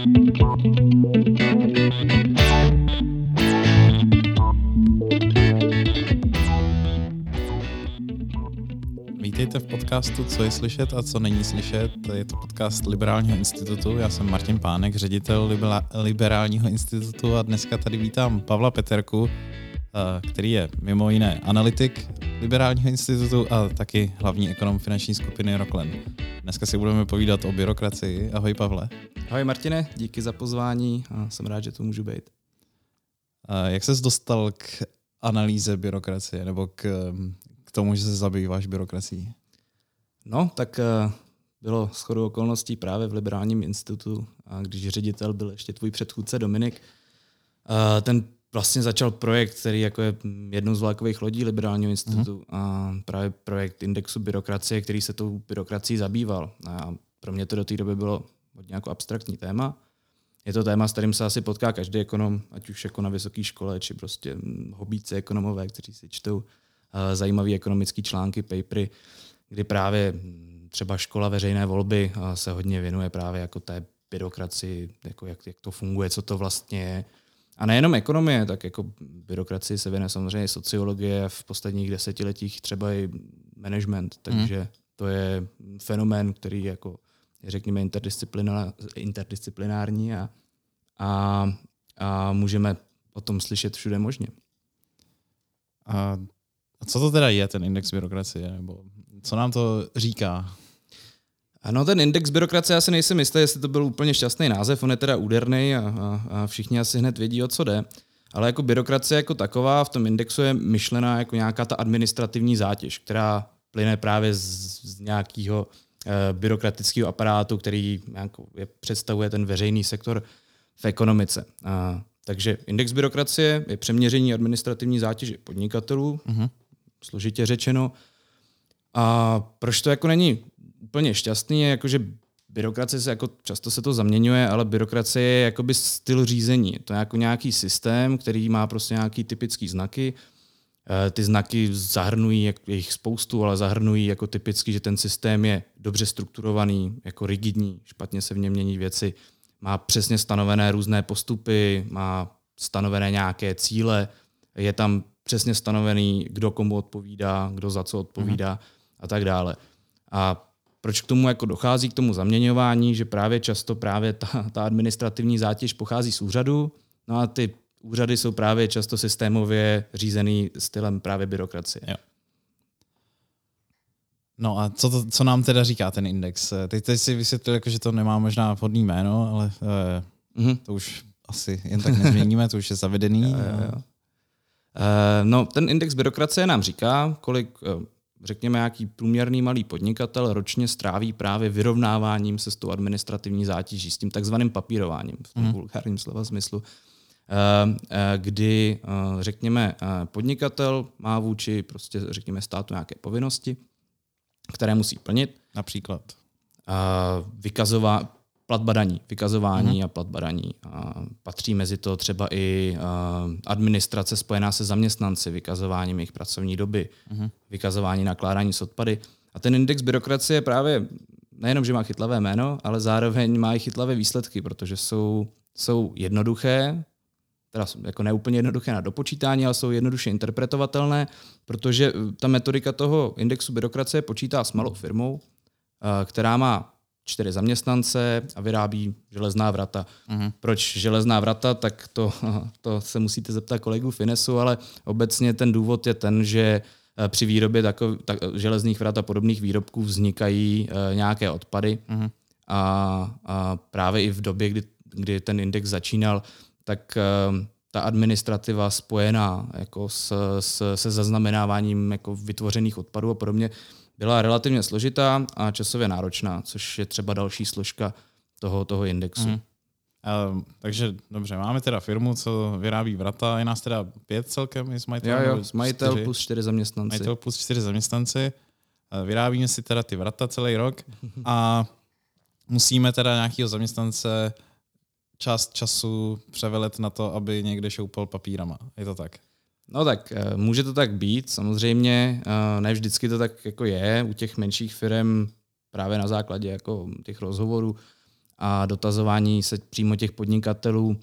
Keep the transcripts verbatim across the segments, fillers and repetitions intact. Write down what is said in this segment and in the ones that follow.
Vítejte v podcastu Co je slyšet a co není slyšet. Je to podcast Liberálního institutu. Já jsem Martin Pánek, ředitel Liberálního institutu a dneska tady vítám Pavla Peterku, který je mimo jiné analytik Liberálního institutu a taky hlavní ekonom finanční skupiny Roklen. Dneska si budeme povídat o byrokracii. Ahoj Pavle. Ahoj Martine, díky za pozvání a jsem rád, že tu můžu být. Jak ses dostal k analýze byrokracie nebo k, k tomu, že se zabýváš byrokracií? No, tak bylo shodou okolností právě v Liberálním institutu, a když ředitel byl ještě tvůj předchůdce Dominik. Ten vlastně začal projekt, který jako je jednou z vlajkových lodí Liberálního institutu, mm. a právě projekt indexu byrokracie, který se tou byrokracií zabýval. A pro mě to do té doby bylo hodně jako abstraktní téma. Je to téma, s kterým se asi potká každý ekonom, ať už jako na vysoké škole, či prostě hobíci ekonomové, kteří si čtou uh, zajímavé ekonomické články, papery, kdy právě třeba škola veřejné volby uh, se hodně věnuje právě jako té byrokracii, jako jak, jak to funguje, co to vlastně je. A nejenom ekonomie, tak jako byrokracii se věnuje samozřejmě sociologie, v posledních desetiletích třeba i management, takže mm. to je fenomén, který jako řekněme interdisciplinární a, a, a můžeme o tom slyšet všude možně. A, a co to teda je ten index byrokracie? Nebo co nám to říká? Ano, ten index byrokracie, já si nejsem jistý, jestli to byl úplně šťastný název, on je teda úderný a, a, a všichni asi hned vědí, o co jde. Ale jako byrokracie jako taková v tom indexu je myšlená jako nějaká ta administrativní zátěž, která plyne právě z, z nějakého e, byrokratického aparátu, který jako je, představuje ten veřejný sektor v ekonomice. A, takže index byrokracie je přeměření administrativní zátěže podnikatelů, uh-huh. složitě řečeno. A proč to jako není úplně šťastný, je jako, že byrokracie se jako, často se to zaměňuje, ale byrokracie je jakoby styl řízení. To je jako nějaký systém, který má prostě nějaký typický znaky. Ty znaky zahrnují, jak, je jich spoustu, ale zahrnují jako typicky, že ten systém je dobře strukturovaný, jako rigidní, špatně se v něm mění věci, má přesně stanovené různé postupy, má stanovené nějaké cíle, je tam přesně stanovený, kdo komu odpovídá, kdo za co odpovídá mm. a tak dále. A proč k tomu jako dochází, k tomu zaměňování, že právě často právě ta, ta administrativní zátěž pochází z úřadu, no a ty úřady jsou právě často systémově řízený stylem právě byrokracie. Jo. No a co, to, co nám teda říká ten index? Teď, teď si vysvětlil, jako, že to nemá možná vhodný jméno, ale uh, mm-hmm. to už asi jen tak nezměníme, to už je zavedený. jo, jo, jo. Uh, no, ten index byrokracie nám říká, kolik uh, řekněme, nějaký průměrný malý podnikatel ročně stráví právě vyrovnáváním se s tou administrativní zátěží, s tím takzvaným papírováním, v tom mm. vulgárním slova smyslu, kdy, řekněme, podnikatel má vůči prostě, řekněme, státu nějaké povinnosti, které musí plnit. Například? Vykazová, platba daní, vykazování mm. a platba daní. Patří mezi to třeba i administrace spojená se zaměstnanci, vykazováním jejich pracovní doby, mm. vykazování nakládání s odpady. A ten index byrokracie právě nejenom, že má chytlavé jméno, ale zároveň má i chytlavé výsledky, protože jsou, jsou jednoduché, teda jako neúplně jednoduché na dopočítání, ale jsou jednoduše interpretovatelné, protože ta metodika toho indexu byrokracie počítá s malou firmou, která má čtyři zaměstnance a vyrábí železná vrata. Uh-huh. Proč železná vrata? Tak to, to se musíte zeptat kolegů Finesu, ale obecně ten důvod je ten, že při výrobě takov, tak, železných vrat a podobných výrobků vznikají uh, nějaké odpady. Uh-huh. a, a právě i v době, kdy, kdy ten index začínal, tak uh, ta administrativa spojená jako s, s, se zaznamenáváním jako vytvořených odpadů a podobně byla relativně složitá a časově náročná, což je třeba další složka toho, toho indexu. Mm. Uh, takže dobře, máme teda firmu, co vyrábí vrata, je nás teda pět celkem, je s majitelem? Jo, jo, majitel čtyři, plus čtyři zaměstnanci. Majitel plus čtyři zaměstnanci. Uh, vyrábíme si teda ty vrata celý rok a musíme teda nějakého zaměstnance část času převelet na to, aby někde šoupal papírama. Je to tak? No tak může to tak být, samozřejmě, ne vždycky to tak jako je, u těch menších firm právě na základě jako těch rozhovorů a dotazování se přímo těch podnikatelů,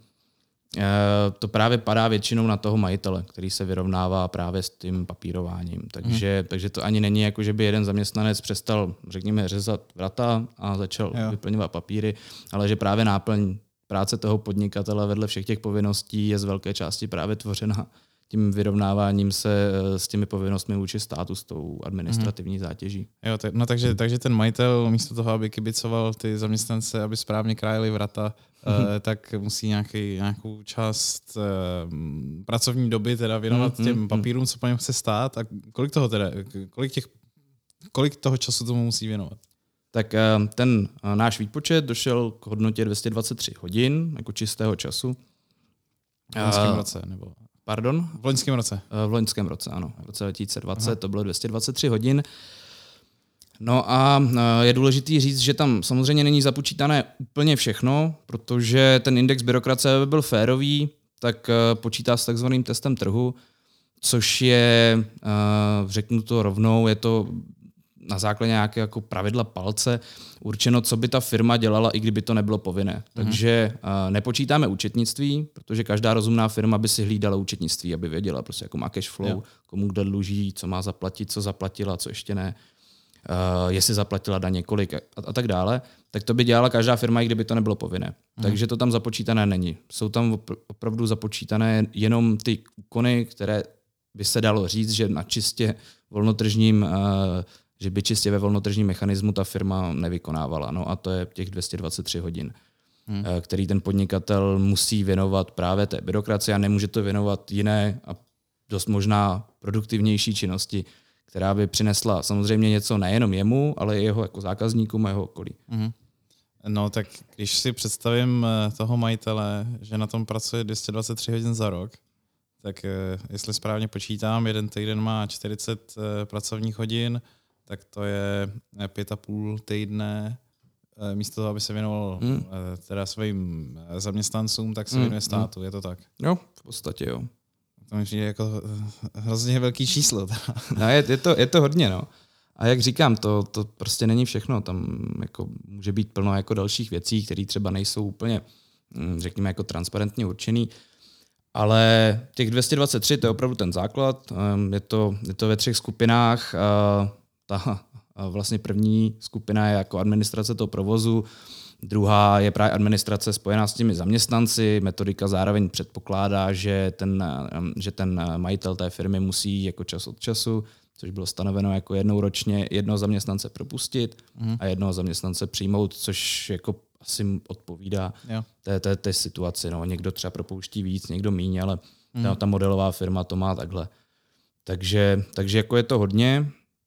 to právě padá většinou na toho majitele, který se vyrovnává právě s tím papírováním. Takže, hmm. takže to ani není jako, že by jeden zaměstnanec přestal, řekněme, řezat vrata a začal jo. vyplňovat papíry, ale že právě náplň práce toho podnikatele vedle všech těch povinností je z velké části právě tvořena tím vyrovnáváním se s těmi povinnostmi vůči státu, s tou administrativní mm. zátěží. Jo, tak, no takže, takže ten majitel místo toho, aby kibicoval ty zaměstnance, aby správně krájeli vrata, mm. eh, tak musí nějaký, nějakou část eh, pracovní doby teda věnovat mm. těm papírům, co po něm chce stát. A kolik toho teda, kolik, těch, kolik toho času tomu musí věnovat? Tak eh, ten eh, náš výpočet došel k hodnotě dvě stě dvacet tři hodin, jako čistého času. V loňském roce, nebo... Pardon? V loňském roce. V loňském roce, ano. V roce dva tisíce dvacet Aha. to bylo dvě stě dvacet tři hodin. No a je důležitý říct, že tam samozřejmě není započítané úplně všechno, protože ten index byrokracie, aby byl férový, tak počítá s takzvaným testem trhu, což je, řeknu to rovnou, je to na základě nějaké jako pravidla palce určeno, co by ta firma dělala, i kdyby to nebylo povinné. Mm. Takže uh, nepočítáme účetnictví, protože každá rozumná firma by si hlídala účetnictví, aby věděla, prostě jako má cash flow, jo. komu kde dluží, co má zaplatit, co zaplatila, co ještě ne, uh, jestli zaplatila daně, kolik a, a tak dále. Tak to by dělala každá firma, i kdyby to nebylo povinné. Mm. Takže to tam započítané není. Jsou tam opr- opravdu započítané jenom ty úkony, které by se dalo říct, že na čistě volnotržním uh, že by čistě ve volnotržním mechanismu ta firma nevykonávala. No a to je těch dvě stě dvacet tři hodin, hmm. který ten podnikatel musí věnovat právě té byrokracii a nemůže to věnovat jiné a dost možná produktivnější činnosti, která by přinesla samozřejmě něco nejenom jemu, ale i jeho jako zákazníkům a jeho okolí. Hmm. No tak když si představím toho majitele, že na tom pracuje dvě stě dvacet tři hodin za rok, tak jestli správně počítám, jeden týden má čtyřicet pracovních hodin, tak to je pět a půl týdne, místo toho, aby se věnoval hmm. teda svým zaměstnancům, tak se hmm. věnuje státu, je to tak? Jo, v podstatě jo. To mi přijde jako hrozně velký číslo. No, je, je, to, je to hodně, no. A jak říkám, to, to prostě není všechno. Tam jako může být plno jako dalších věcí, které třeba nejsou úplně, řekněme, jako transparentně určený. Ale těch dvě stě dvacet tři, to je opravdu ten základ. Je to, je to ve třech skupinách. Ta vlastně první skupina je jako administrace toho provozu, druhá je právě administrace spojená s těmi zaměstnanci. Metodika zároveň předpokládá, že ten, že ten majitel té firmy musí jako čas od času, což bylo stanoveno jako jednou ročně, jednoho zaměstnance propustit mm. a jednoho zaměstnance přijmout, což jako asi odpovídá té, té, té situaci. No, někdo třeba propouští víc, někdo míň, ale mm. ta, ta modelová firma to má takhle. Takže, takže jako je to hodně.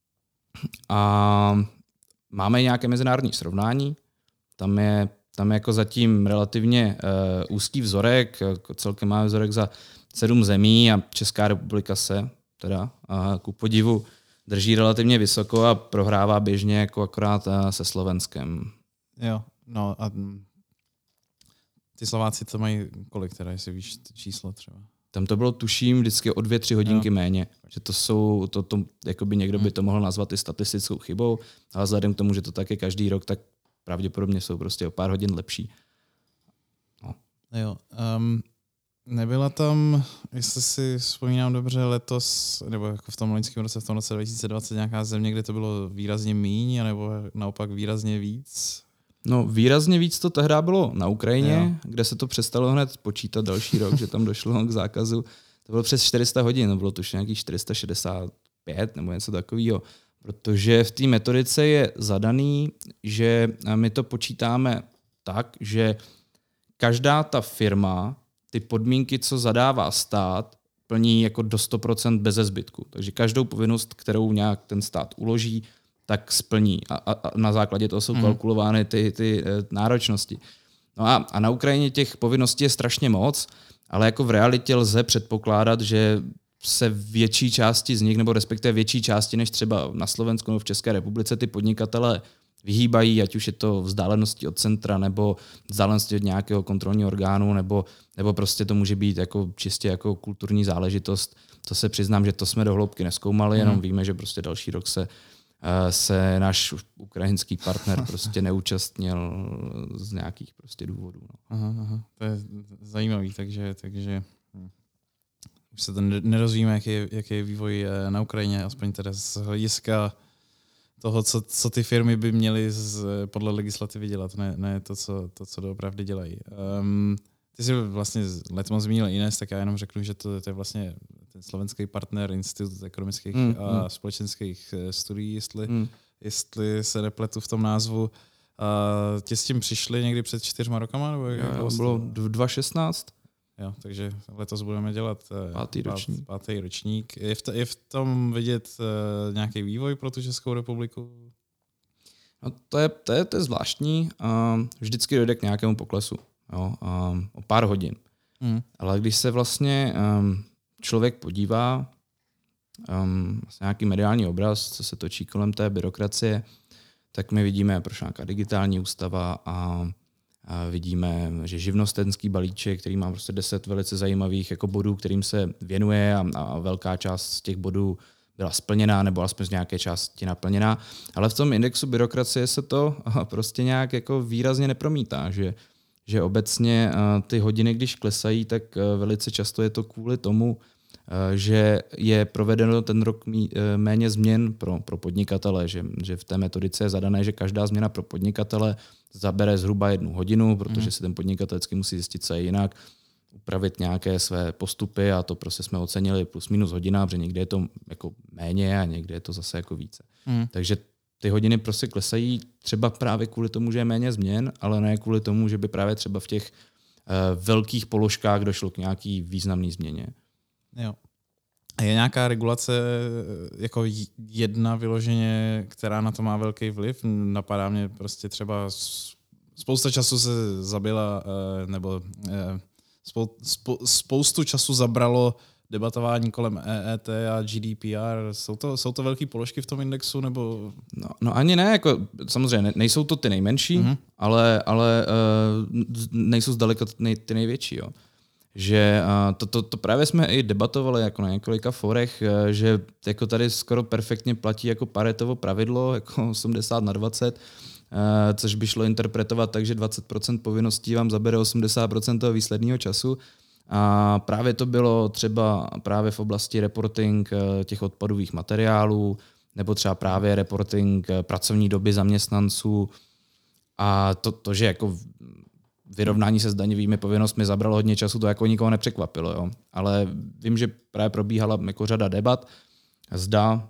A máme nějaké mezinárodní srovnání. Tam je, tam je jako zatím relativně uh, úzký vzorek, celkem máme vzorek za sedm zemí a Česká republika se teda uh, ku podivu drží relativně vysoko a prohrává běžně jako akorát uh, se Slovenskem. Jo, no a ty Slováci to mají kolik teda, jestli víš číslo třeba? Tam to bylo, tuším, vždycky o dvě, tři hodinky jo. méně. Že to jsou, to, to, jakoby někdo by to mohl nazvat i statistickou chybou, ale vzhledem k tomu, že to tak je každý rok, tak pravděpodobně jsou prostě o pár hodin lepší. No. Jo. Um, nebyla tam, jestli si vzpomínám dobře, letos, nebo jako v tom loňském roce, v tom roce dva tisíce dvacet nějaká země, kde to bylo výrazně míň, nebo naopak výrazně víc? No výrazně víc to tehdy bylo na Ukrajině, jo. kde se to přestalo hned počítat další rok, že tam došlo k zákazu. To bylo přes čtyři sta hodin, to bylo tuším nějakých čtyři sta šedesát pět nebo něco takového. Protože v té metodice je zadaný, že my to počítáme tak, že každá ta firma ty podmínky, co zadává stát, plní jako do sto procent beze zbytku. Takže každou povinnost, kterou nějak ten stát uloží, tak splní. A, a, a na základě toho jsou mm. kalkulovány ty, ty e, náročnosti. No a, a na Ukrajině těch povinností je strašně moc, ale jako v realitě lze předpokládat, že se větší části z nich, nebo respektive větší části než třeba na Slovensku nebo v České republice, ty podnikatele vyhýbají, ať už je to vzdálenosti od centra, nebo vzdálenosti od nějakého kontrolního orgánu, nebo, nebo prostě to může být jako čistě jako kulturní záležitost. To se přiznám, že to jsme do hloubky nezkoumali, mm. jenom víme, že prostě další rok se se náš ukrajinský partner prostě neúčastnil z nějakých prostě důvodů. No. Aha, aha, to je zajímavý, takže, takže hm. už se to nerozvíme, jaký je, jaký je vývoj na Ukrajině, aspoň teda z hlediska toho, co, co ty firmy by měly z, podle legislativy dělat, ne, ne to, co, to, co doopravdy dělají. Um, ty jsi vlastně letmo zmínil Ines, tak já jenom řeknu, že to, to je vlastně ten slovenský partner Institut ekonomických mm, a mm. společenských studií, jestli, mm. jestli se nepletu v tom názvu. A tě s tím přišli někdy před čtyřma rokama? Nebo jo, jo, bylo dva tisíce šestnáct. Jo, takže letos budeme dělat pátý pát, ročník. Pátý ročník. Je v, to, je v tom vidět uh, nějaký vývoj pro tu Českou republiku? No, to, je, to, je, to je zvláštní. Uh, vždycky dojde k nějakému poklesu. Jo, um, o pár hodin. Mm. Ale když se vlastně um, člověk podívá um, vlastně nějaký mediální obraz, co se točí kolem té byrokracie, tak my vidíme, proč nějaká digitální ústava a, a vidíme, že živnostenský balíček, který má prostě deset velice zajímavých jako bodů, kterým se věnuje a, a velká část z těch bodů byla splněná nebo alespoň z nějaké části naplněná. Ale v tom indexu byrokracie se to prostě nějak jako výrazně nepromítá, že že obecně ty hodiny, když klesají, tak velice často je to kvůli tomu, že je provedeno ten rok méně změn pro, pro podnikatele, že, že v té metodice je zadané, že každá změna pro podnikatele zabere zhruba jednu hodinu, protože si ten podnikatel vždycky musí zjistit, co je jinak, upravit nějaké své postupy a to prostě jsme ocenili plus minus hodina, protože někde je to jako méně a někde je to zase jako více. Mm. Takže ty hodiny prostě klesají třeba právě kvůli tomu, že je méně změn, ale ne kvůli tomu, že by právě třeba v těch uh, velkých položkách došlo k nějaký významný změně. Jo. A je nějaká regulace jako jedna vyloženě, která na to má velký vliv? Napadá mě prostě třeba spousta času se zabila, uh, nebo uh, spou, spou, spoustu času zabralo debatování kolem E E T a G D P R. Jsou to, jsou to velké položky v tom indexu? Nebo? No, no ani ne, jako, samozřejmě nejsou to ty nejmenší, mm-hmm. ale, ale uh, nejsou zdaleka nej, ty největší. Jo. Že uh, to, to, to právě jsme i debatovali jako na několika forech, uh, že jako tady skoro perfektně platí jako Paretovo pravidlo, jako osmdesát na dvacet, uh, což by šlo interpretovat tak, že dvacet procent povinností vám zabere osmdesát procent toho výsledného času. A právě to bylo třeba právě v oblasti reporting těch odpadových materiálů nebo třeba právě reporting pracovní doby zaměstnanců a to, to že jako vyrovnání se s daňovými povinnostmi zabralo hodně času, to jako nikoho nepřekvapilo. Jo. Ale vím, že právě probíhala jako řada debat, zda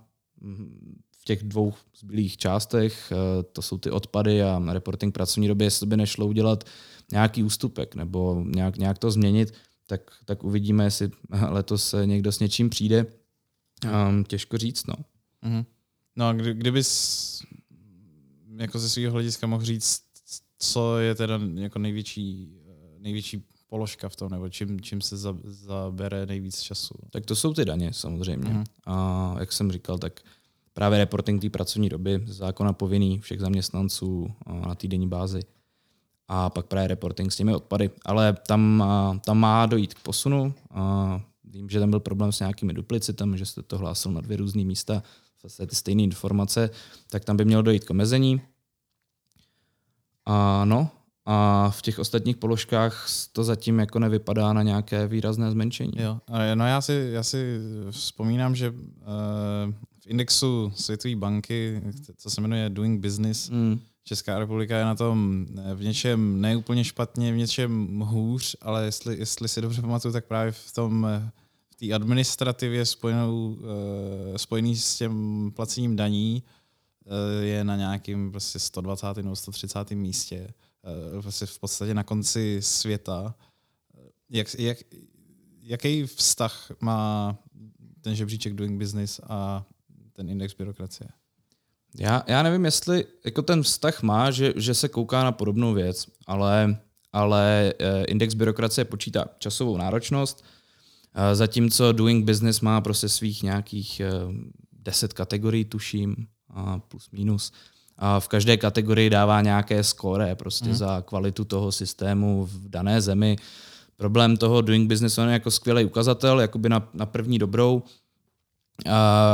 v těch dvou zbylých částech, to jsou ty odpady a reporting pracovní doby, jestli by nešlo udělat nějaký ústupek nebo nějak, nějak to změnit, tak, tak uvidíme, jestli letos někdo s něčím přijde. Um, těžko říct, no. Mm-hmm. No a kdy, kdybys jako ze svého hlediska mohl říct, co je teda jako největší, největší položka v tom, nebo čím, čím se za, zabere nejvíc času? Tak to jsou ty daně samozřejmě. Mm-hmm. A jak jsem říkal, tak právě reporting té pracovní doby, zákona povinný všech zaměstnanců na týdenní bázi. A pak právě reporting s těmi odpady. Ale tam, tam má dojít k posunu. A vím, že tam byl problém s nějakými duplicitami, že jste to hlásil na dvě různé místa, zase ty stejné informace, tak tam by mělo dojít k omezení. A no, a v těch ostatních položkách to zatím jako nevypadá na nějaké výrazné zmenšení. Jo, no já si, já si vzpomínám, že uh, v indexu Světové banky, co se jmenuje Doing Business, mm. Česká republika je na tom v něčem neúplně špatně, v něčem hůř, ale jestli, jestli si dobře pamatuju, tak právě v tom v té administrativě spojenou, spojený s tím placením daní je na nějakým prostě sto dvacátém nebo sto třicátém místě. Vlastně v podstatě na konci světa. Jak, jak, jaký vztah má ten žebříček Doing Business a ten index byrokracie? Já, já nevím, jestli jako ten vztah má, že, že se kouká na podobnou věc, ale, ale index byrokracie počítá časovou náročnost, zatímco Doing Business má prostě svých nějakých deset kategorií, tuším, plus minus. A v každé kategorii dává nějaké skóre prostě mm. za kvalitu toho systému v dané zemi. Problém toho Doing Business on je jako skvělý ukazatel, jakoby na, na první dobrou. A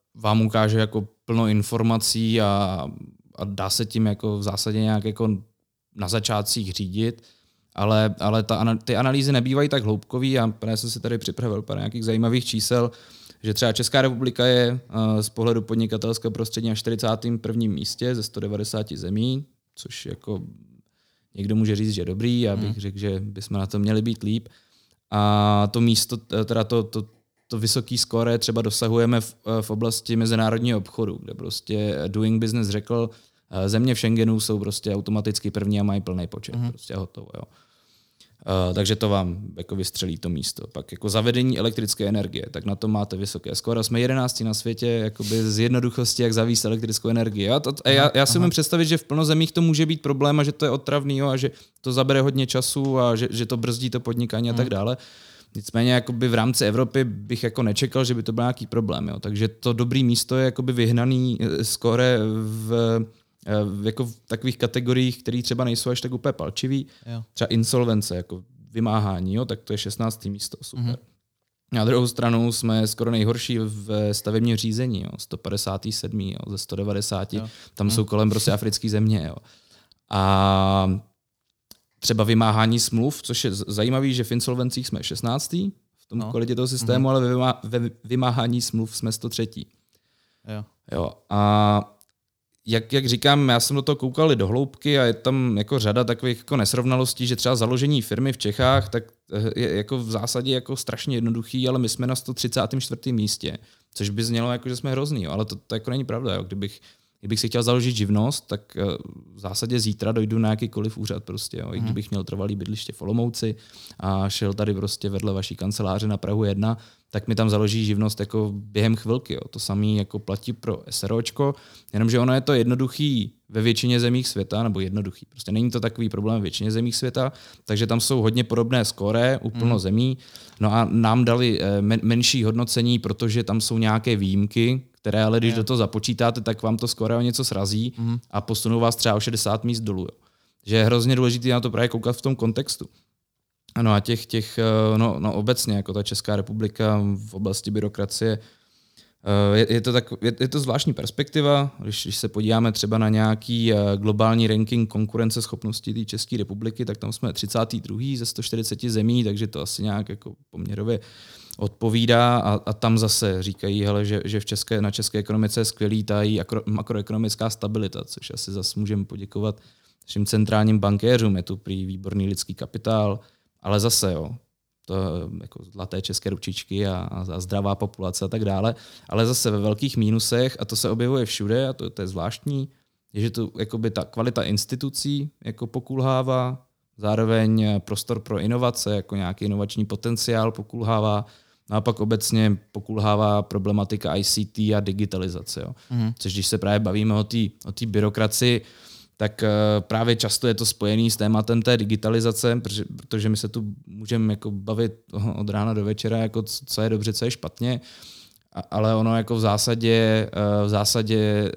vám ukáže jako plno informací a, a dá se tím jako v zásadě nějak jako na začátcích řídit, ale, ale ta, ty analýzy nebývají tak hloubkový a právě jsem si tady připravil pár nějakých zajímavých čísel, že třeba Česká republika je uh, z pohledu podnikatelského prostředí na čtyřicátém prvním místě ze sto devadesáti zemí, což jako někdo může říct, že je dobrý, já bych hmm. řekl, že bychom na to měli být líp. A to místo, teda to, to, to vysoký skóre třeba dosahujeme v, v oblasti mezinárodního obchodu, kde prostě Doing Business řekl, země v Schengenu jsou prostě automaticky první a mají plný počet. Mm-hmm. Prostě hotovo, jo. Uh, takže to vám jako vystřelí to místo. Pak jako zavedení elektrické energie, tak na to máte vysoké skoro. Jsme jedenáctí na světě jakoby z jednoduchosti, jak zavíst elektrickou energii. A, to, a já, já si umím představit, že v plno zemích to může být problém a že to je otravný, jo, a že to zabere hodně času a že, že to brzdí to podnikání a tak dále. Nicméně jakoby v rámci Evropy bych jako nečekal, že by to byl nějaký problém. Jo. Takže to dobrý místo je jakoby vyhnaný skóre v jako v takových kategoriích, které třeba nejsou až tak úplně palčivý. Jo. Třeba insolvence, jako vymáhání, jo, tak to je šestnácté místo, super. Mm-hmm. Na druhou stranu jsme skoro nejhorší v stavebním řízení, jo, sto padesát sedm jo, ze sto devadesát, jo. Tam mm. jsou kolem prostě africké země. Jo. A třeba vymáhání smluv, což je zajímavý, že v insolvencích jsme šestnáctý v tom no. kvalitě toho systému, mm-hmm. ale ve, vymá- ve vymáhání smluv jsme sto třetí. Jo. Jo. A Jak, jak říkám, já jsem do toho koukal i do hloubky a je tam jako řada takových jako nesrovnalostí, že třeba založení firmy v Čechách tak je jako v zásadě jako strašně jednoduchý, ale my jsme na sto třicátém čtvrtém místě, což by znělo jako, že jsme hrozný, jo, ale to, to jako není pravda. Jo. Kdybych, kdybych si chtěl založit živnost, tak v zásadě zítra dojdu na jakýkoliv úřad prostě, jo. I kdybych měl trvalý bydliště v Olomouci a šel tady prostě vedle vaší kanceláře na Prahu jedna, tak mi tam založí živnost jako během chvilky. Jo. To samé jako platí pro SROčko, jenomže ono je to jednoduchý ve většině zemích světa, nebo jednoduchý. Prostě není to takový problém ve většině zemích světa, takže tam jsou hodně podobné skóre u plno mm. zemí. No a nám dali men- menší hodnocení, protože tam jsou nějaké výjimky, které ale když yeah. do toho započítáte, tak vám to skóre o něco srazí mm. a posunou vás třeba o šedesát míst dolů. Jo. Že je hrozně důležité na to právě koukat v tom kontextu. Ano a těch, těch no, no obecně, jako ta Česká republika v oblasti byrokracie, je, je, to, tak, je, je to zvláštní perspektiva, když, když se podíváme třeba na nějaký globální ranking konkurenceschopnosti té České republiky, tak tam jsme třicátý druhý ze sto čtyřicet zemí, takže to asi nějak jako poměrově odpovídá a, a tam zase říkají, hele, že, že v české, na české ekonomice je skvělý ta její makroekonomická stabilita, což asi zase můžeme poděkovat našim centrálním bankéřům, je tu prý výborný lidský kapitál, ale zase, jo, to jako zlaté české ručičky a, a zdravá populace a tak dále, ale zase ve velkých mínusech, a to se objevuje všude, a to, to je zvláštní, je, že tu jakoby ta kvalita institucí jako pokulhává, zároveň prostor pro inovace, jako nějaký inovační potenciál pokulhává, no a pak obecně pokulhává problematika I C T a digitalizace. Jo. Mm. Což když se právě bavíme o té o té byrokracii, tak právě často je to spojený s tématem té digitalizace, protože, protože my se tu můžeme jako bavit od rána do večera, jako co je dobře, co je špatně, ale ono jako v zásadě, v zásadě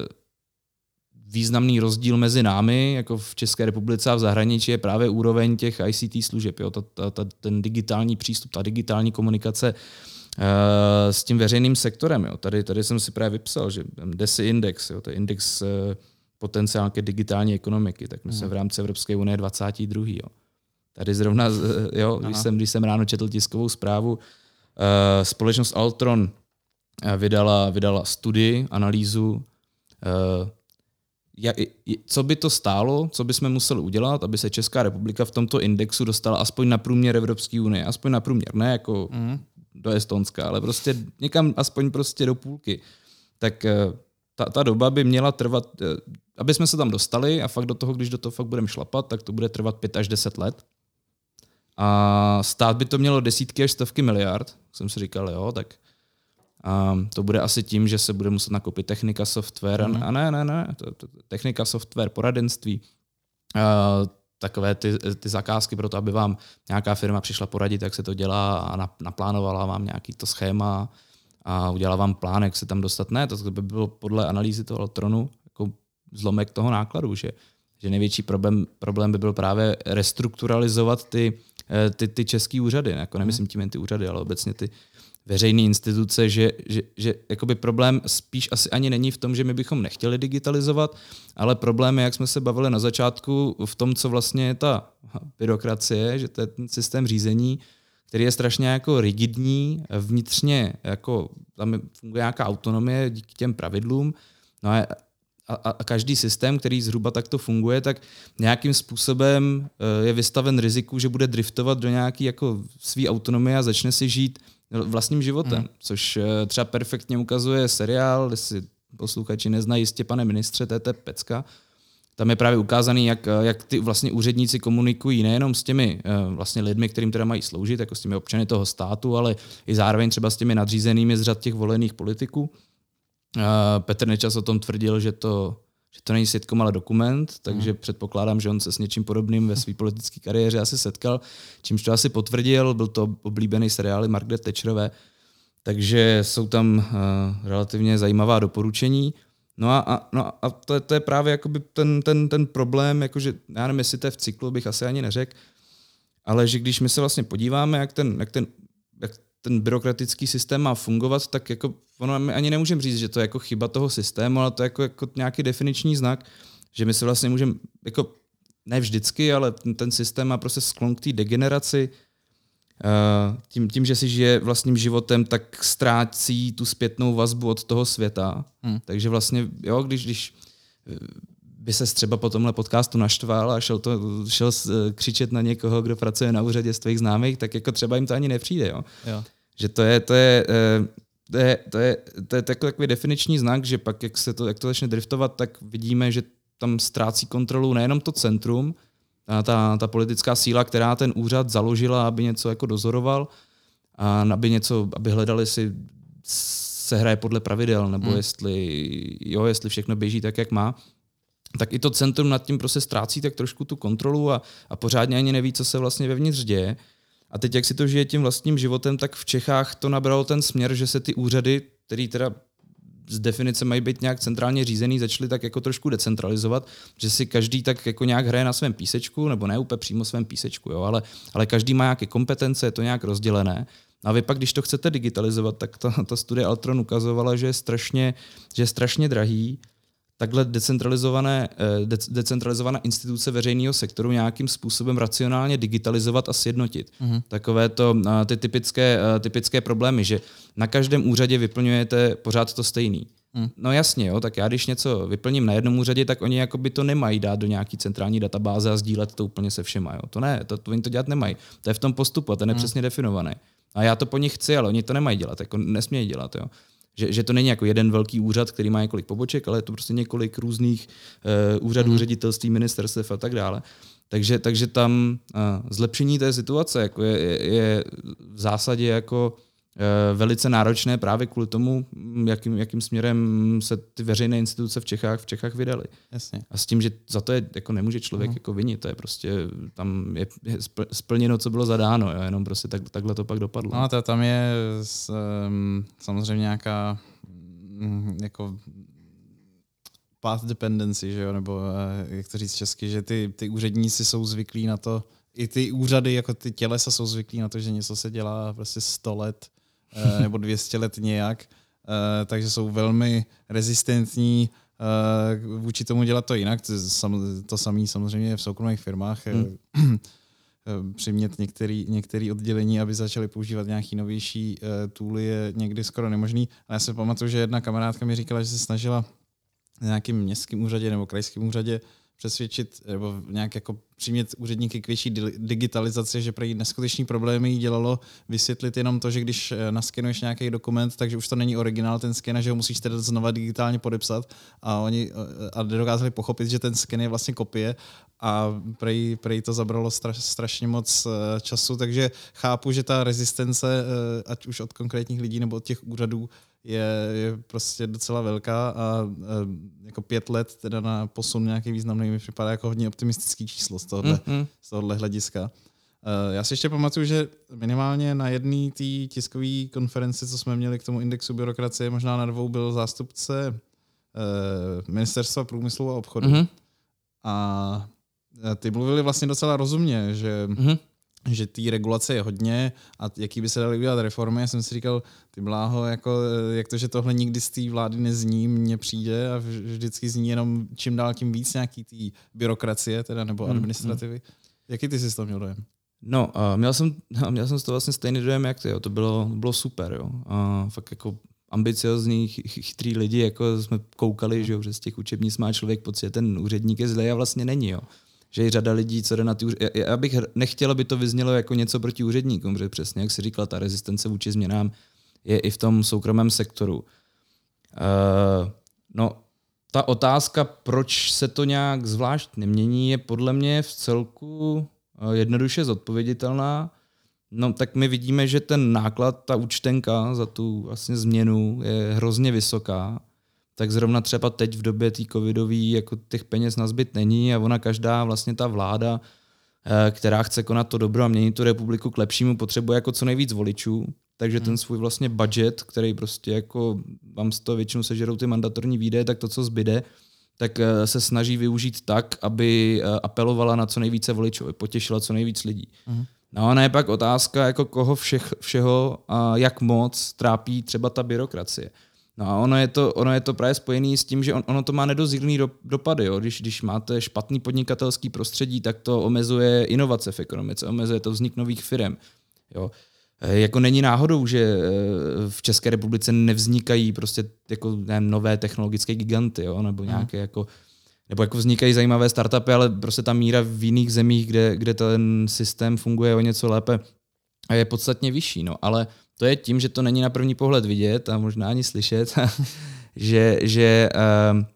významný rozdíl mezi námi, jako v České republice a v zahraničí, je právě úroveň těch I C T služeb. Jo? Ta, ta, ta, ten digitální přístup, ta digitální komunikace uh, s tím veřejným sektorem. Jo? Tady, tady jsem si právě vypsal, že D E S I index, jo? To je index uh, potenciálně digitální ekonomiky, tak my jsme v rámci Evropské unie dvacátý druhý Jo. Tady zrovna, jo, když, jsem, když jsem ráno četl tiskovou zprávu, uh, společnost Altron vydala, vydala studii, analýzu, uh, jak, co by to stálo, co bychom museli udělat, aby se Česká republika v tomto indexu dostala aspoň na průměr Evropské unie. Aspoň na průměr, ne jako mm. do Estonska, ale prostě někam aspoň prostě do půlky. Tak uh, Ta, ta doba by měla trvat, aby jsme se tam dostali a fakt do toho, když do toho fakt budeme šlapat, tak to bude trvat pět až deset let. A stát by to mělo desítky až stovky miliard. Jsem si říkal, jo, tak a to bude asi tím, že se bude muset nakoupit technika, software mm. a ne, ne, ne, to, to, technika, software, poradenství, a takové ty, ty zakázky pro to, aby vám nějaká firma přišla poradit, jak se to dělá a naplánovala vám nějaký to schéma a udělala vám plán, jak se tam dostat. Ne, to by bylo podle analýzy toho Altronu jako zlomek toho nákladu, že, že největší problém, problém by byl právě restrukturalizovat ty, ty, ty české úřady. Jako nemyslím tím jen ty úřady, ale obecně ty veřejné instituce, že, že, že jakoby problém spíš asi ani není v tom, že my bychom nechtěli digitalizovat, ale problém je, jak jsme se bavili na začátku, v tom, co vlastně je ta byrokracie, že to je ten systém řízení, který je strašně jako rigidní, vnitřně jako tam funguje nějaká autonomie díky těm pravidlům. No a, a, a každý systém, který zhruba takto funguje, tak nějakým způsobem je vystaven riziku, že bude driftovat do nějaký jako svý autonomie a začne si žít vlastním životem, hmm. což třeba perfektně ukazuje seriál, jestli posluchači neznají Jistě, pane ministře, to je ta pecka. Tam je právě ukázaný, jak, jak ty vlastně úředníci komunikují nejenom s těmi vlastně lidmi, kterým teda mají sloužit, jako s těmi občany toho státu, ale i zároveň třeba s těmi nadřízenými z řad těch volených politiků. Petr Nečas o tom tvrdil, že to, že to není sitcom, ale dokument, takže hmm. předpokládám, že on se s něčím podobným ve své politické kariéře asi setkal, čímž to asi potvrdil, byl to oblíbený seriály Margaret Thatcherové, takže jsou tam uh, relativně zajímavá doporučení. No a, a, no a to, to je právě jakoby ten, ten, ten problém, jakože, já nevím, jestli to je v cyklu, bych asi ani neřekl, ale že když my se vlastně podíváme, jak ten, jak ten, jak ten byrokratický systém má fungovat, tak jako ono my ani nemůžeme říct, že to je jako chyba toho systému, ale to je jako, jako nějaký definiční znak, že my se vlastně můžeme, jako ne vždycky, ale ten, ten systém má prostě sklon k té degeneraci. Tím, tím, že si žije vlastním životem, tak ztrácí tu zpětnou vazbu od toho světa. Hmm. Takže vlastně, jo, když, když by se třeba po tomhle podcastu naštval a šel, to, šel křičet na někoho, kdo pracuje na úřadě z tvých známých, tak jako třeba jim to ani nepřijde. Jo? Jo. Že to je, to je, to je, to je, to je takový definiční znak, že pak, jak, se to, jak to začne driftovat, tak vidíme, že tam ztrácí kontrolu nejenom to centrum, Ta, ta politická síla, která ten úřad založila, aby něco jako dozoroval, a aby něco, aby hledali, si se hraje podle pravidel, nebo hmm. jestli, jo, jestli všechno běží tak, jak má, tak i to centrum nad tím prostě ztrácí tak trošku tu kontrolu a, a pořádně ani neví, co se vlastně vevnitř děje. A teď, jak si to žije tím vlastním životem, tak v Čechách to nabralo ten směr, že se ty úřady, který teda z definice mají být nějak centrálně řízený, začali tak jako trošku decentralizovat, že si každý tak jako nějak hraje na svém písečku, nebo ne úplně přímo svém písečku, jo, ale, ale každý má nějaké kompetence, je to nějak rozdělené. A vy pak, když to chcete digitalizovat, tak ta, ta studie Altron ukazovala, že je strašně, že je strašně drahý takhle decentralizované, de, decentralizovaná instituce veřejného sektoru nějakým způsobem racionálně digitalizovat a sjednotit. Mm-hmm. Takové to, ty typické, typické problémy, že na každém úřadě vyplňujete pořád to stejný. Mm. No jasně, jo, tak já když něco vyplním na jednom úřadě, tak oni jakoby to nemají dát do nějaký centrální databáze a sdílet to úplně se všema. Jo. To ne, to, to oni to dělat nemají. To je v tom postupu a ten je mm. přesně definovaný. A já to po nich chci, ale oni to nemají dělat, jako nesmějí dělat. Jo. Že, že to není jako jeden velký úřad, který má několik poboček, ale je to prostě několik různých uh, úřadů, mm. ředitelství, ministerstev a tak dále. Takže, takže tam uh, zlepšení té situace jako je, je, je v zásadě jako uh, velice náročné právě kvůli tomu, jakým, jakým směrem se ty veřejné instituce v Čechách v Čechách vydaly. Jasně. A s tím, že za to je, jako nemůže člověk mm. jako vinit, to je prostě, tam je, je splněno, co bylo zadáno, jo, jenom prostě tak, takhle to pak dopadlo. No a to, tam je s, um, samozřejmě nějaká um, jako path dependency, že jo, nebo uh, jak to říct česky, že ty, ty úředníci jsou zvyklí na to, i ty úřady, jako ty tělesa jsou zvyklí na to, že něco se dělá prostě sto let uh, nebo dvě stě let nějak, uh, takže jsou velmi rezistentní uh, vůči tomu dělat to jinak. To, sam, to samé samozřejmě v soukromých firmách. Hmm. Přimět některé některé oddělení, aby začali používat nějaký novější uh, tooly, je někdy skoro nemožný. A já se pamatuju, že jedna kamarádka mi říkala, že se snažila na nějakým městským úřadě nebo krajském úřadě přesvědčit nebo nějak jako přimět úředníky k větší digitalizaci, že pro jí neskutečný problémy jí dělalo vysvětlit jenom to, že když naskenuješ nějaký dokument, takže už to není originál ten sken, že ho musíš teda znova digitálně podepsat a oni a nedokázali pochopit, že ten sken je vlastně kopie a prej, prej to zabralo straš, strašně moc času, takže chápu, že ta rezistence, ať už od konkrétních lidí nebo od těch úřadů, je, je prostě docela velká a, a jako pět let teda na posun nějaký významný mi připadá jako hodně optimistický číslo z tohohle, mm-hmm. z tohohle hlediska. Já si ještě pamatuju, že minimálně na jedné té tiskové konferenci, co jsme měli k tomu indexu byrokracie, možná na dvou byl zástupce eh, Ministerstva průmyslu a obchodu. Mm-hmm. A ty mluvili vlastně docela rozumně, že mm-hmm. že té regulace je hodně a jaký by se daly udělat reformy. Já jsem si říkal, ty bláho, jako, jak to, že tohle nikdy z té vlády nezní, mně přijde a vždycky zní jenom čím dál tím víc nějaký té byrokracie teda, nebo hmm, administrativy. Hmm. Jaký ty jsi z toho měl dojem? No, uh, měl, jsem, měl jsem z toho vlastně stejný dojem, jak ty, jo. To bylo, bylo super. Jo. Uh, fakt jako ambiciozní, chytrý lidi, jako jsme koukali, že, jo, že z těch učebnic má člověk pocit, že ten úředník je zlej a vlastně není. Jo. Že je řada lidí, co jde na ty úředníky. Já bych nechtěl, aby to vyznělo jako něco proti úředníkům, protože přesně, jak jsi říkal, ta rezistence vůči změnám je i v tom soukromém sektoru. Uh, no, ta otázka, proč se to nějak zvlášť nemění, je podle mě v celku jednoduše zodpověditelná. No tak my vidíme, že ten náklad, ta účtenka za tu vlastně změnu je hrozně vysoká. Tak zrovna třeba teď v době té covidový jako těch peněz nazbyt není a ona každá vlastně ta vláda, která chce konat to dobro a měnit tu republiku k lepšímu, potřebuje jako co nejvíc voličů. Takže ten svůj vlastně budget, který prostě jako vám z toho většinou sežerou ty mandatorní výdaje, tak to, co zbyde, tak se snaží využít tak, aby apelovala na co nejvíce voličů, aby potěšila co nejvíc lidí. Uh-huh. No a ne pak otázka, jako koho všech, všeho a jak moc trápí třeba ta byrokracie. No a ono je to, ono je to právě spojené s tím, že on, ono to má nedozírný do, dopady. Jo? Když, když máte špatný podnikatelský prostředí, tak to omezuje inovace v ekonomice, omezuje to vznik nových firem. Jo? Jako není náhodou, že v České republice nevznikají prostě jako nevím, nové technologické giganty, jo? Nebo nějaké hmm. jako nebo jako vznikají zajímavé startupy, ale prostě ta míra v jiných zemích, kde, kde ten systém funguje o něco lépe a je podstatně vyšší. No. Ale to je tím, že to není na první pohled vidět a možná ani slyšet, že, že uh, uh,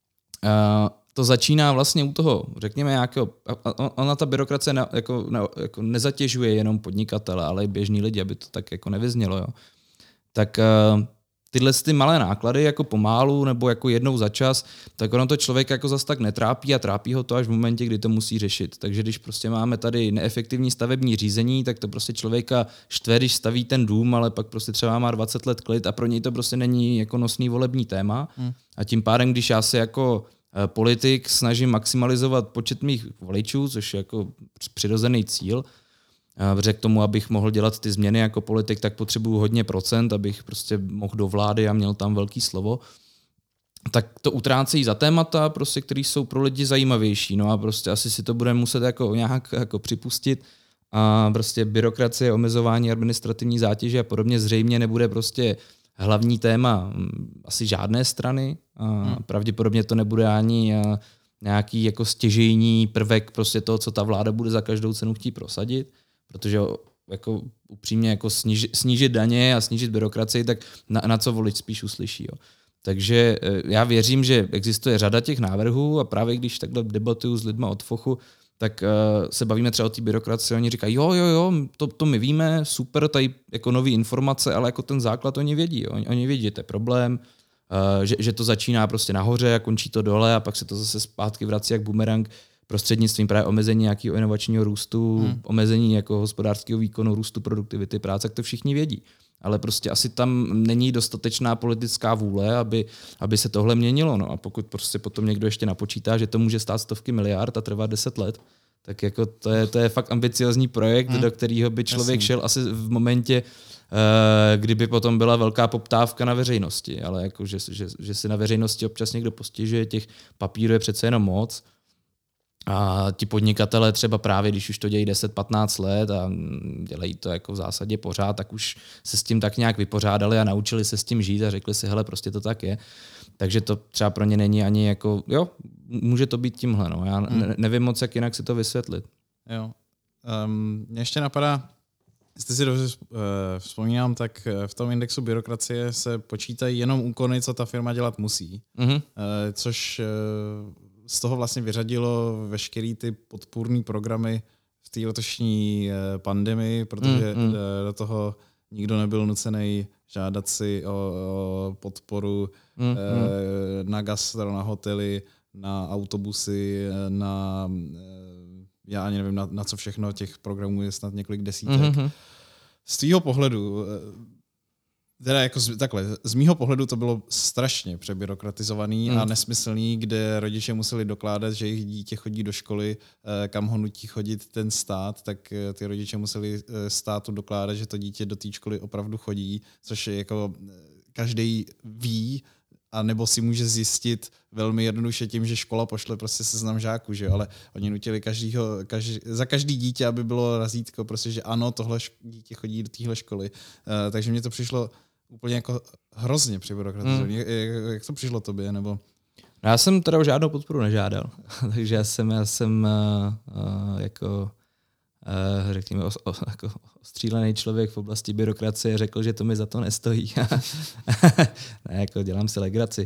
to začíná vlastně u toho, řekněme nějakého, ona ta byrokracie ne, jako, ne, jako nezatěžuje jenom podnikatele, ale i běžní lidi, aby to tak jako nevyznělo. Jo. Tak uh, tyhle ty malé náklady jako pomálu nebo jako jednou za čas, tak ono to člověk jako zas tak netrápí a trápí ho to až v momentě, kdy to musí řešit. Takže když prostě máme tady neefektivní stavební řízení, tak to prostě člověka štve, když staví ten dům, ale pak prostě třeba má dvacet let klid a pro něj to prostě není jako nosný volební téma. Hmm. A tím pádem, když já se jako politik snažím maximalizovat počet mých voličů, což je jako přirozený cíl, protože k tomu, abych mohl dělat ty změny jako politik, tak potřebuju hodně procent, abych prostě mohl do vlády a měl tam velký slovo. Tak to utrácejí za témata, prostě, které jsou pro lidi zajímavější. No a prostě asi si to budeme muset jako nějak jako připustit. A prostě byrokracie, omezování administrativní zátěže a podobně zřejmě nebude prostě hlavní téma asi žádné strany. A hmm. pravděpodobně to nebude ani nějaký jako stěžejní prvek prostě toho, co ta vláda bude za každou cenu chtít prosadit. Protože jako upřímně jako snížit, snížit daně a snížit byrokracii, tak na, na co volič spíš uslyší. Jo. Takže já věřím, že existuje řada těch návrhů a právě když takhle debatuju s lidma od fochu, tak uh, se bavíme třeba o té byrokracii, oni říkají, jo, jo, jo, to, to my víme, super, tady jako nový informace, ale jako ten základ oni vědí. Oni, oni vědí, že to je problém, uh, že, že to začíná prostě nahoře a končí to dole a pak se to zase zpátky vrací jak bumerang, prostřednictvím právě omezení nějakého inovačního růstu, hmm. omezení jako hospodářského výkonu, růstu produktivity práce, tak to všichni vědí. Ale prostě asi tam není dostatečná politická vůle, aby, aby se tohle měnilo. No a pokud prostě potom někdo ještě napočítá, že to může stát stovky miliard a trvat deset let, tak jako to je, to je fakt ambiciozní projekt, hmm. do kterého by člověk Jasně. šel asi v momentě, kdyby potom byla velká poptávka na veřejnosti. Ale jako, že, že, že si na veřejnosti občas někdo postižuje, těch papírů je přece jenom moc. A ti podnikatelé třeba právě, když už to dělají deset patnáct let a dělají to jako v zásadě pořád, tak už se s tím tak nějak vypořádali a naučili se s tím žít a řekli si, hele, prostě to tak je. Takže to třeba pro ně není ani jako, jo, může to být tímhle, no. Já ne, nevím moc, jak jinak si to vysvětlit. Jo. Um, mě ještě napadá, jestli si dobře uh, vzpomínám, tak v tom indexu byrokracie se počítají jenom úkony, co ta firma dělat musí. Mm-hmm. Uh, což uh, z toho vlastně vyřadilo veškerý ty podpůrný programy v té letošní pandemii, protože mm, mm. do toho nikdo nebyl nucený žádat si o, o podporu mm, mm. na gastro, na hotely, na autobusy, na já ani nevím, na, na co všechno, těch programů je snad několik desítek. Mm-hmm. Z tvýho pohledu Teda jako z, takhle, z mýho pohledu to bylo strašně přebyrokratizovaný hmm. a nesmyslný, kde rodiče museli dokládat, že jejich dítě chodí do školy, kam ho nutí chodit ten stát, tak ty rodiče museli státu dokládat, že to dítě do té školy opravdu chodí, což je jako každý ví, a nebo si může zjistit velmi jednoduše tím, že škola pošle prostě seznam žáků, že? Ale oni nutili každýho, každý, za každý dítě, aby bylo razítko, prostě, že ano, tohle dítě chodí do téhle školy. Uh, takže mně to přišlo úplně jako hrozně přibyrokratizovaný. Hmm. Jak, jak to přišlo tobě? Nebo... Já jsem teda o žádnou podporu nežádal, takže já jsem, já jsem uh, uh, jako Uh, řekněme, o, o, jako ostřílený člověk v oblasti byrokracie řekl, že to mi za to nestojí. Ne, jako dělám si legraci.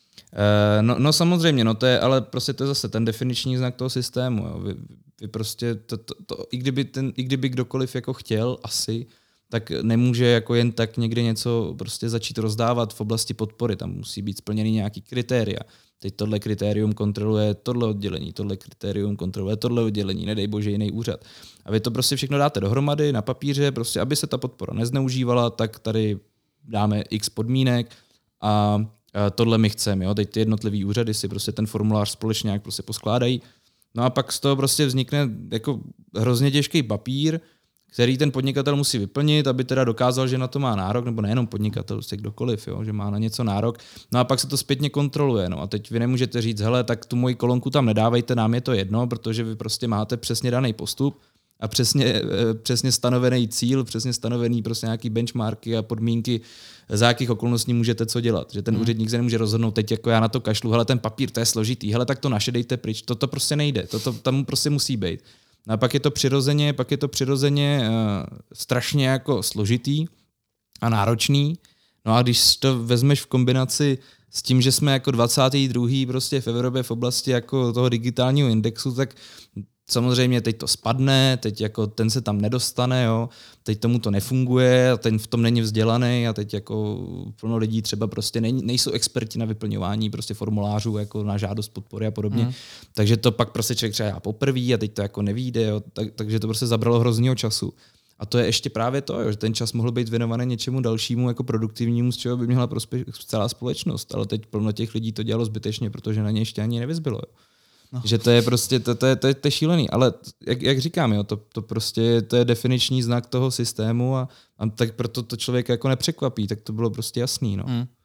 Uh, no, no samozřejmě, no to je, ale prostě to je zase ten definiční znak toho systému. Jo. Vy, vy prostě to, to, to, i, kdyby ten, i kdyby kdokoliv jako chtěl asi, tak nemůže jako jen tak někde něco prostě začít rozdávat v oblasti podpory. Tam musí být splněny nějaký kritéria. Teď tohle kritérium kontroluje tohle oddělení, tohle kritérium kontroluje tohle oddělení, nedej bože jiný úřad. A vy to prostě všechno dáte dohromady na papíře, prostě aby se ta podpora nezneužívala, tak tady dáme x podmínek a tohle my chceme. Jo? Teď ty jednotlivý úřady si prostě ten formulář společně nějak prostě poskládají. No a pak z toho prostě vznikne jako hrozně těžký papír, který ten podnikatel musí vyplnit, aby teda dokázal, že na to má nárok, nebo nejenom podnikatel, prostě kdokoliv, jo, že má na něco nárok. No a pak se to zpětně kontroluje. No a teď vy nemůžete říct, hele, tak tu moji kolonku tam nedávejte, nám je to jedno, protože vy prostě máte přesně daný postup a přesně, přesně stanovený cíl, přesně stanovený prostě nějaký benchmarky a podmínky, za jakých okolností můžete co dělat. Že ten hmm. úředník se nemůže rozhodnout, teď jako já na to kašlu, hele, ten papír, to je složitý, hele, tak to našedejte pryč, to, to prostě nejde, to, to tam prostě musí být. No a pak je to přirozeně, pak je to přirozeně uh, strašně jako složitý a náročný. No a když to vezmeš v kombinaci s tím, že jsme jako dvacátý druhý prostě v Evropě v oblasti jako toho digitálního indexu, tak samozřejmě teď to spadne, teď jako ten se tam nedostane, jo, teď tomu to nefunguje a ten v tom není vzdělaný a teď jako plno lidí třeba prostě nej, nejsou experti na vyplňování prostě formulářů jako na žádost podpory a podobně. Mm. Takže to pak prostě člověk třeba poprví a teď to jako nevyjde, jo, tak, takže to prostě zabralo hroznýho času. A to je ještě právě to, jo, že ten čas mohl být věnovaný něčemu dalšímu jako produktivnímu, z čeho by měla prospěch celá společnost, ale teď plno těch lidí to dělalo zbytečně, protože na ně ještě ani nevyzbylo. Jo. No. Že to je prostě, to, to, je, to, je, to je šílený, ale jak, jak říkám, jo, to, to prostě to je definiční znak toho systému a, a tak proto to člověk jako nepřekvapí, tak to bylo prostě jasný. No. Mm.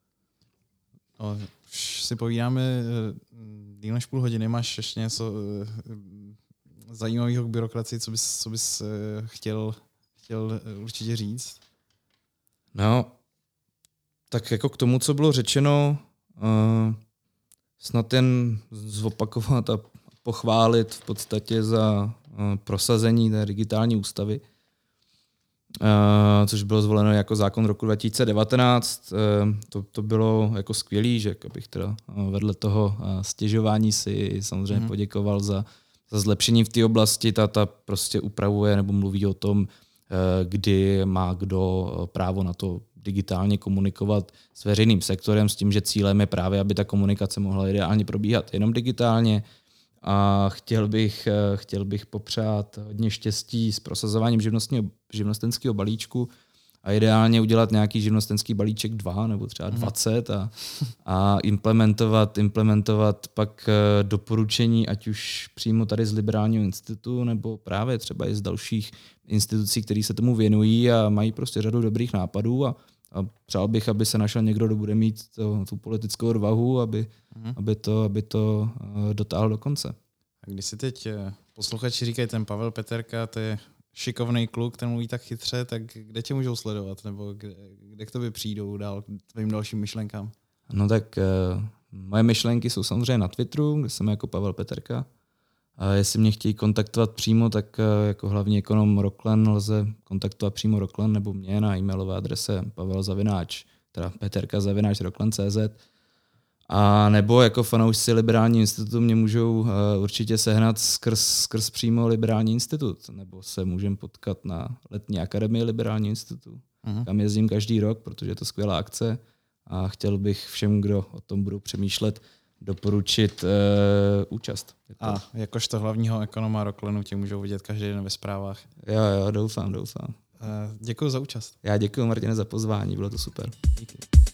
O, už si povídáme díl než půl hodiny, máš ještě něco zajímavého k byrokracii, co bys, co bys chtěl, chtěl určitě říct? No, tak jako k tomu, co bylo řečeno, uh, snad jen zopakovat a pochválit v podstatě za uh, prosazení té digitální ústavy, uh, což bylo zvoleno jako zákon roku dva tisíce devatenáct. Uh, to, to bylo jako skvělý, že abych teda uh, vedle toho uh, stěžování si samozřejmě mm. poděkoval za, za zlepšení v té oblasti. Ta, ta prostě upravuje nebo mluví o tom, uh, kdy má kdo právo na to digitálně komunikovat s veřejným sektorem s tím, že cílem je právě, aby ta komunikace mohla ideálně probíhat jenom digitálně. A chtěl bych, chtěl bych popřát hodně štěstí s prosazováním živnostenského balíčku a ideálně udělat nějaký živnostenský balíček dva nebo třeba dvacet a, a implementovat, implementovat pak doporučení, ať už přímo tady z Liberálního institutu nebo právě třeba i z dalších institucí, které se tomu věnují a mají prostě řadu dobrých nápadů a, a přál bych, aby se našel někdo, kdo bude mít to, tu politickou odvahu, aby, mm. aby to, aby to uh, dotáhl do konce. A když si teď posluchači říkají, ten Pavel Peterka, to je šikovný kluk, ten mluví tak chytře, tak kde tě můžou sledovat? Nebo kde, kde k tobě přijdou dál, k tvým dalším myšlenkám? No tak uh, moje myšlenky jsou samozřejmě na Twitteru, kde jsem jako Pavel Peterka. A jestli mě chtějí kontaktovat přímo, tak jako hlavní ekonom Roklen lze kontaktovat přímo Roklen nebo mě na e-mailové adrese Pavel Zavináč, teda Peterka Zavináč Roklen tečka cé zet. A nebo jako fanoušci Liberální institutu mě můžou uh, určitě sehnat skrz, skrz přímo Liberální institut, nebo se můžeme potkat na letní akademii Liberální institutu, uh-huh. kam jezdím každý rok, protože je to skvělá akce a chtěl bych všem, kdo o tom budou přemýšlet, doporučit uh, účast. A jakožto hlavního ekonoma Roklenu tě můžou vidět každý den ve zprávách. Jo, jo, doufám, doufám. Děkuji za účast. Já děkuji, Martine, za pozvání, bylo to super. Díky.